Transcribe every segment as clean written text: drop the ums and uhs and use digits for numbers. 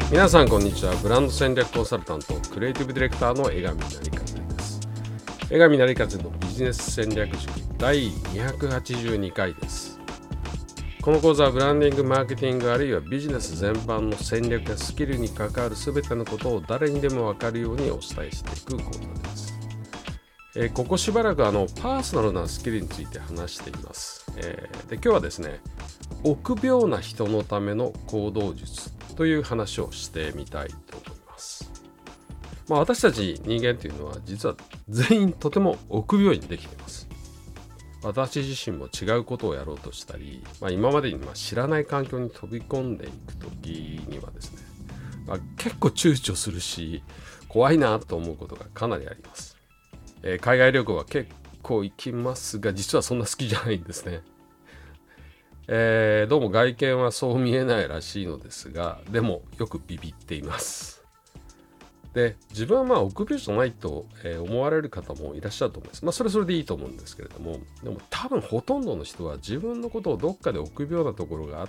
皆さんこんにちは。ブランド戦略コンサルタントクリエイティブディレクターの江上成和です。江上成和のビジネス戦略塾第282回です。この講座はブランディング、マーケティングあるいはビジネス全般の戦略やスキルに関わる全てのことを誰にでも分かるようにお伝えしていく講座です。ここしばらくパーソナルなスキルについて話しています。で今日はですね、臆病な人のための行動術という話をしてみたいと思います。私たち人間というのは実は全員とても臆病にできています。私自身も違うことをやろうとしたり、今までに知らない環境に飛び込んでいくときにはですね、結構躊躇するし怖いなと思うことがかなりあります。海外旅行は結構行きますが、実はそんな好きじゃないんですね。どうも外見はそう見えないらしいのですが、でもよくビビっています。で、自分は臆病じゃないと、思われる方もいらっしゃると思います。それはそれでいいと思うんですけれども、でも多分ほとんどの人は自分のことをどっかで臆病なところがあって、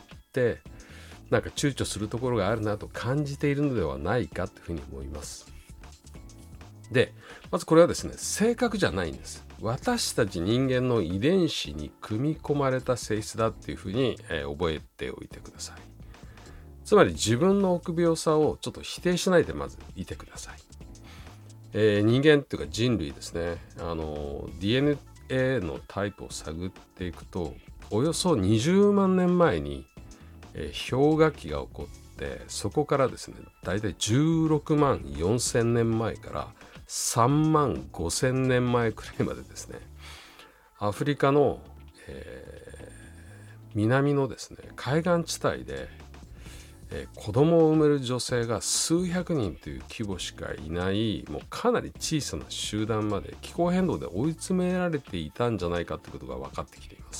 なんか躊躇するところがあるなと感じているのではないかというふうに思います。で、まずこれはですね、性格じゃないんです。私たち人間の遺伝子に組み込まれた性質だっていうふうに、覚えておいてください。つまり自分の臆病さをちょっと否定しないでまずいてください。人間っていうか人類ですね、DNA のタイプを探っていくと、およそ20万年前に、氷河期が起こって、そこからですね、だいたい16万4千年前から3万5千年前くらいまでですね、アフリカの、南のですね海岸地帯で、子供を産める女性が数百人という規模しかいない、もうかなり小さな集団まで気候変動で追い詰められていたんじゃないかということが分かってきています。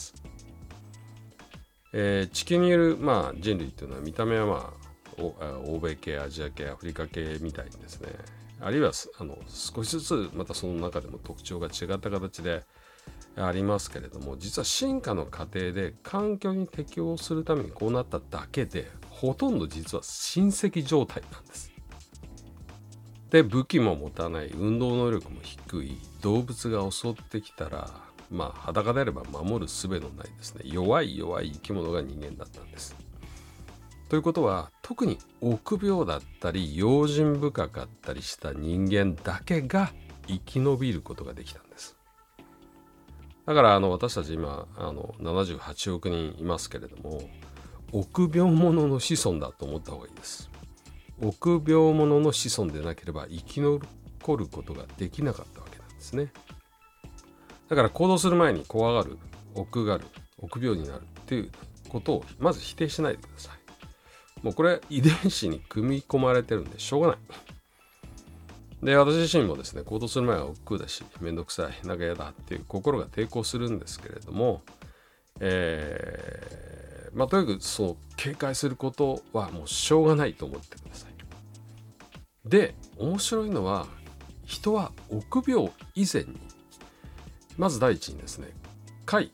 地球にいる、人類というのは見た目は、欧米系、アジア系、アフリカ系みたいにですね、あるいは少しずつまたその中でも特徴が違った形でありますけれども、実は進化の過程で環境に適応するためにこうなっただけで、ほとんど実は親戚状態なんです。で、武器も持たない、運動能力も低い、動物が襲ってきたら裸であれば守る術のないですね、弱い生き物が人間だったんです。ということは、特に臆病だったり用心深かったりした人間だけが生き延びることができたんです。だから私たち今78億人いますけれども、臆病者の子孫だと思った方がいいです。臆病者の子孫でなければ生き残ることができなかったわけなんですね。だから行動する前に怖がる、臆がる、臆病になるっていうことをまず否定しないでください。もうこれ遺伝子に組み込まれてるんでしょうがない。で、私自身もですね、行動する前は億劫だし、めんどくさい、なんか嫌だっていう心が抵抗するんですけれども、とにかくそう警戒することはもうしょうがないと思ってください。で、面白いのは、人は臆病以前に、まず第一にですね、快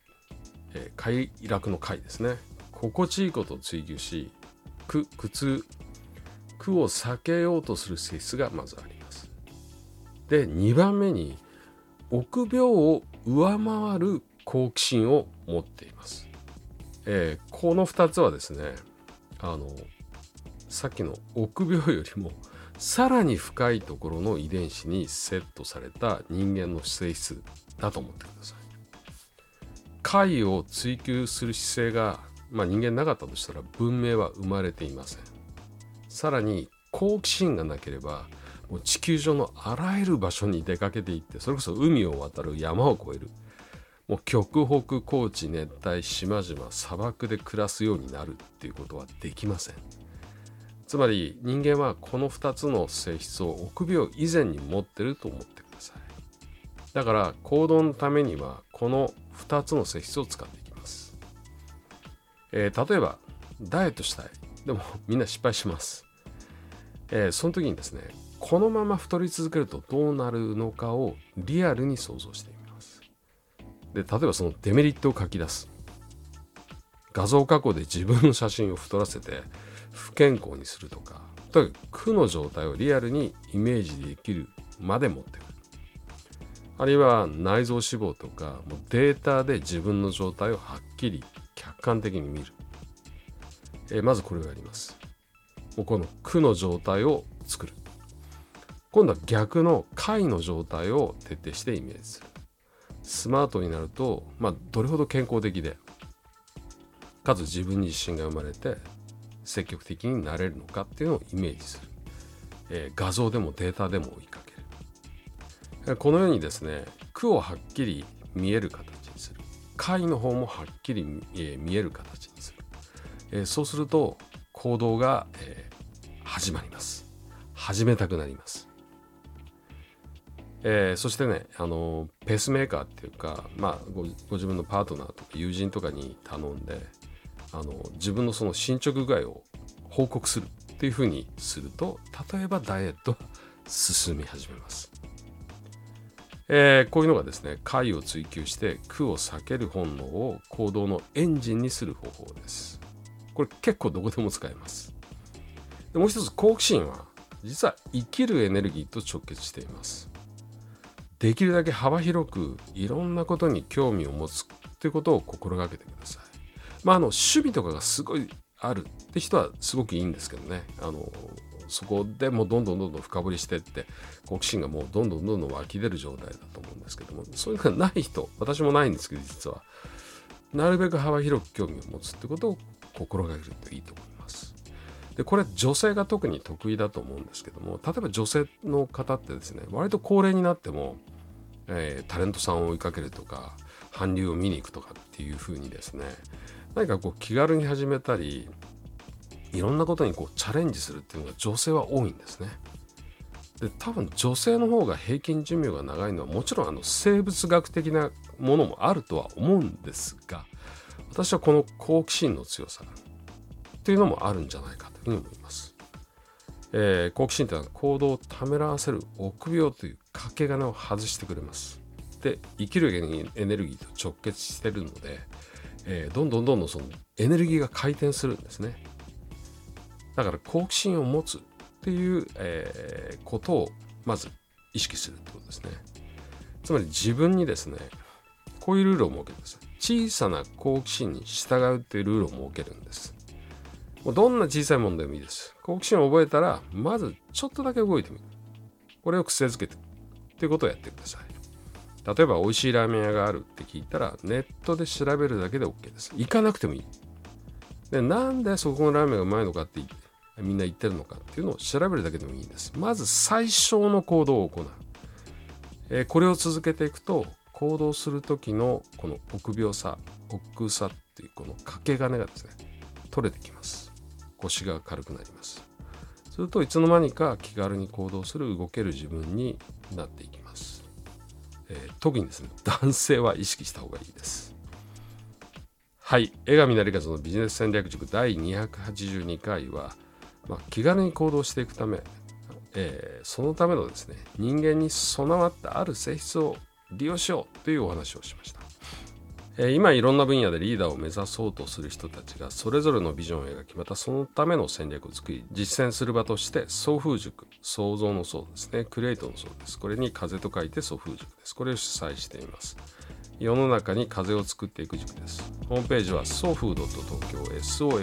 楽の快ですね、心地いいことを追求し、苦を避けようとする性質がまずあります。で、2番目に臆病を上回る好奇心を持っています。この2つはですね、さっきの臆病よりもさらに深いところの遺伝子にセットされた人間の性質だと思ってください。快を追求する姿勢が、人間なかったとしたら文明は生まれていません。さらに好奇心がなければ、もう地球上のあらゆる場所に出かけていって、それこそ海を渡る、山を越える、もう極北、高地、熱帯、島々、砂漠で暮らすようになるっていうことはできません。つまり人間はこの2つの性質を臆病以前に持ってると思ってください。だから行動のためにはこの2つの性質を使っていきます。例えばダイエットしたい。でもみんな失敗します。その時にですね、このまま太り続けるとどうなるのかをリアルに想像してみます。で、例えばそのデメリットを書き出す。画像加工で自分の写真を太らせて不健康にするとか、 とにかく苦の状態をリアルにイメージできるまで持ってくる。あるいは内臓脂肪とかもうデータで自分の状態をはっきり客観的に見る。まずこれをやります。もうこの苦の状態を作る。今度は逆の快の状態を徹底してイメージする。スマートになると、どれほど健康的でかつ自分に自信が生まれて積極的になれるのかっていうのをイメージする。画像でもデータでも追いかける。このようにですね、苦をはっきり見える形にする。快の方もはっきり見える形にする。そうすると行動が始まります。始めたくなります。そしてね、ペースメーカーっていうか、ご自分のパートナーとか友人とかに頼んで自分のその進捗具合を報告するっていうふうにすると、例えばダイエットが進み始めます。こういうのがですね、快を追求して苦を避ける本能を行動のエンジンにする方法です。これ結構どこでも使えます。でもう一つ、好奇心は実は生きるエネルギーと直結しています。できるだけ幅広くいろんなことに興味を持つということを心がけてください。趣味とかがすごいあるって人はすごくいいんですけどね、そこでもうどんどん深掘りしていって好奇心がもうどんどん湧き出る状態だと思うんですけども、そういうのがない人、私もないんですけど、実はなるべく幅広く興味を持つってことを心がけるといいと思います。でこれ女性が特に得意だと思うんですけども、例えば女性の方ってですね、割と高齢になっても、タレントさんを追いかけるとか韓流を見に行くとかっていう風にですね、何か気軽に始めたりいろんなことにチャレンジするっていうのが女性は多いんですね。で多分女性の方が平均寿命が長いのはもちろん生物学的なものもあるとは思うんですが、私はこの好奇心の強さっていうのもあるんじゃないかというふうに思います。好奇心というのは行動をためらわせる臆病という掛け金を外してくれます。で生きるエネルギーと直結しているので、どんどんそのエネルギーが回転するんですね。だから好奇心を持つっていう、ことをまず意識するってことですね。つまり自分にですね、こういうルールを設けるんです。小さな好奇心に従うっていうルールを設けるんです。もうどんな小さいものでもいいです。好奇心を覚えたらまずちょっとだけ動いてみる。これを癖づけてっていうことをやってください。例えば美味しいラーメン屋があるって聞いたらネットで調べるだけで OK です。行かなくてもいい。でなんでそこのラーメンがうまいのかってみんな言ってるのかっていうのを調べるだけでもいいんです。まず最小の行動を行う。これを続けていくと行動する時のこの臆病さ、億劫さっていうこの掛け金がですね、取れてきます。腰が軽くなります。するといつの間にか気軽に行動する動ける自分になっていきます。特にですね、男性は意識した方がいいです。はい、江上成和のビジネス戦略塾第282回は、気軽に行動していくため、そのためのですね、人間に備わったある性質を利用しようというお話をしました。今いろんな分野でリーダーを目指そうとする人たちがそれぞれのビジョンを描き、またそのための戦略を作り実践する場として創風塾、創造の創ですね、クリエイトの創です。これに風と書いて創風塾です。これを主催しています。世の中に風を作っていく塾です。ホームページはソフー.tokyo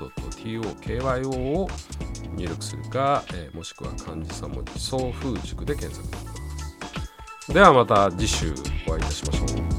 sofu.tokyo を入力するか、もしくは漢字3文字創風塾で検索できます。ではまた次週お会いいたしましょう。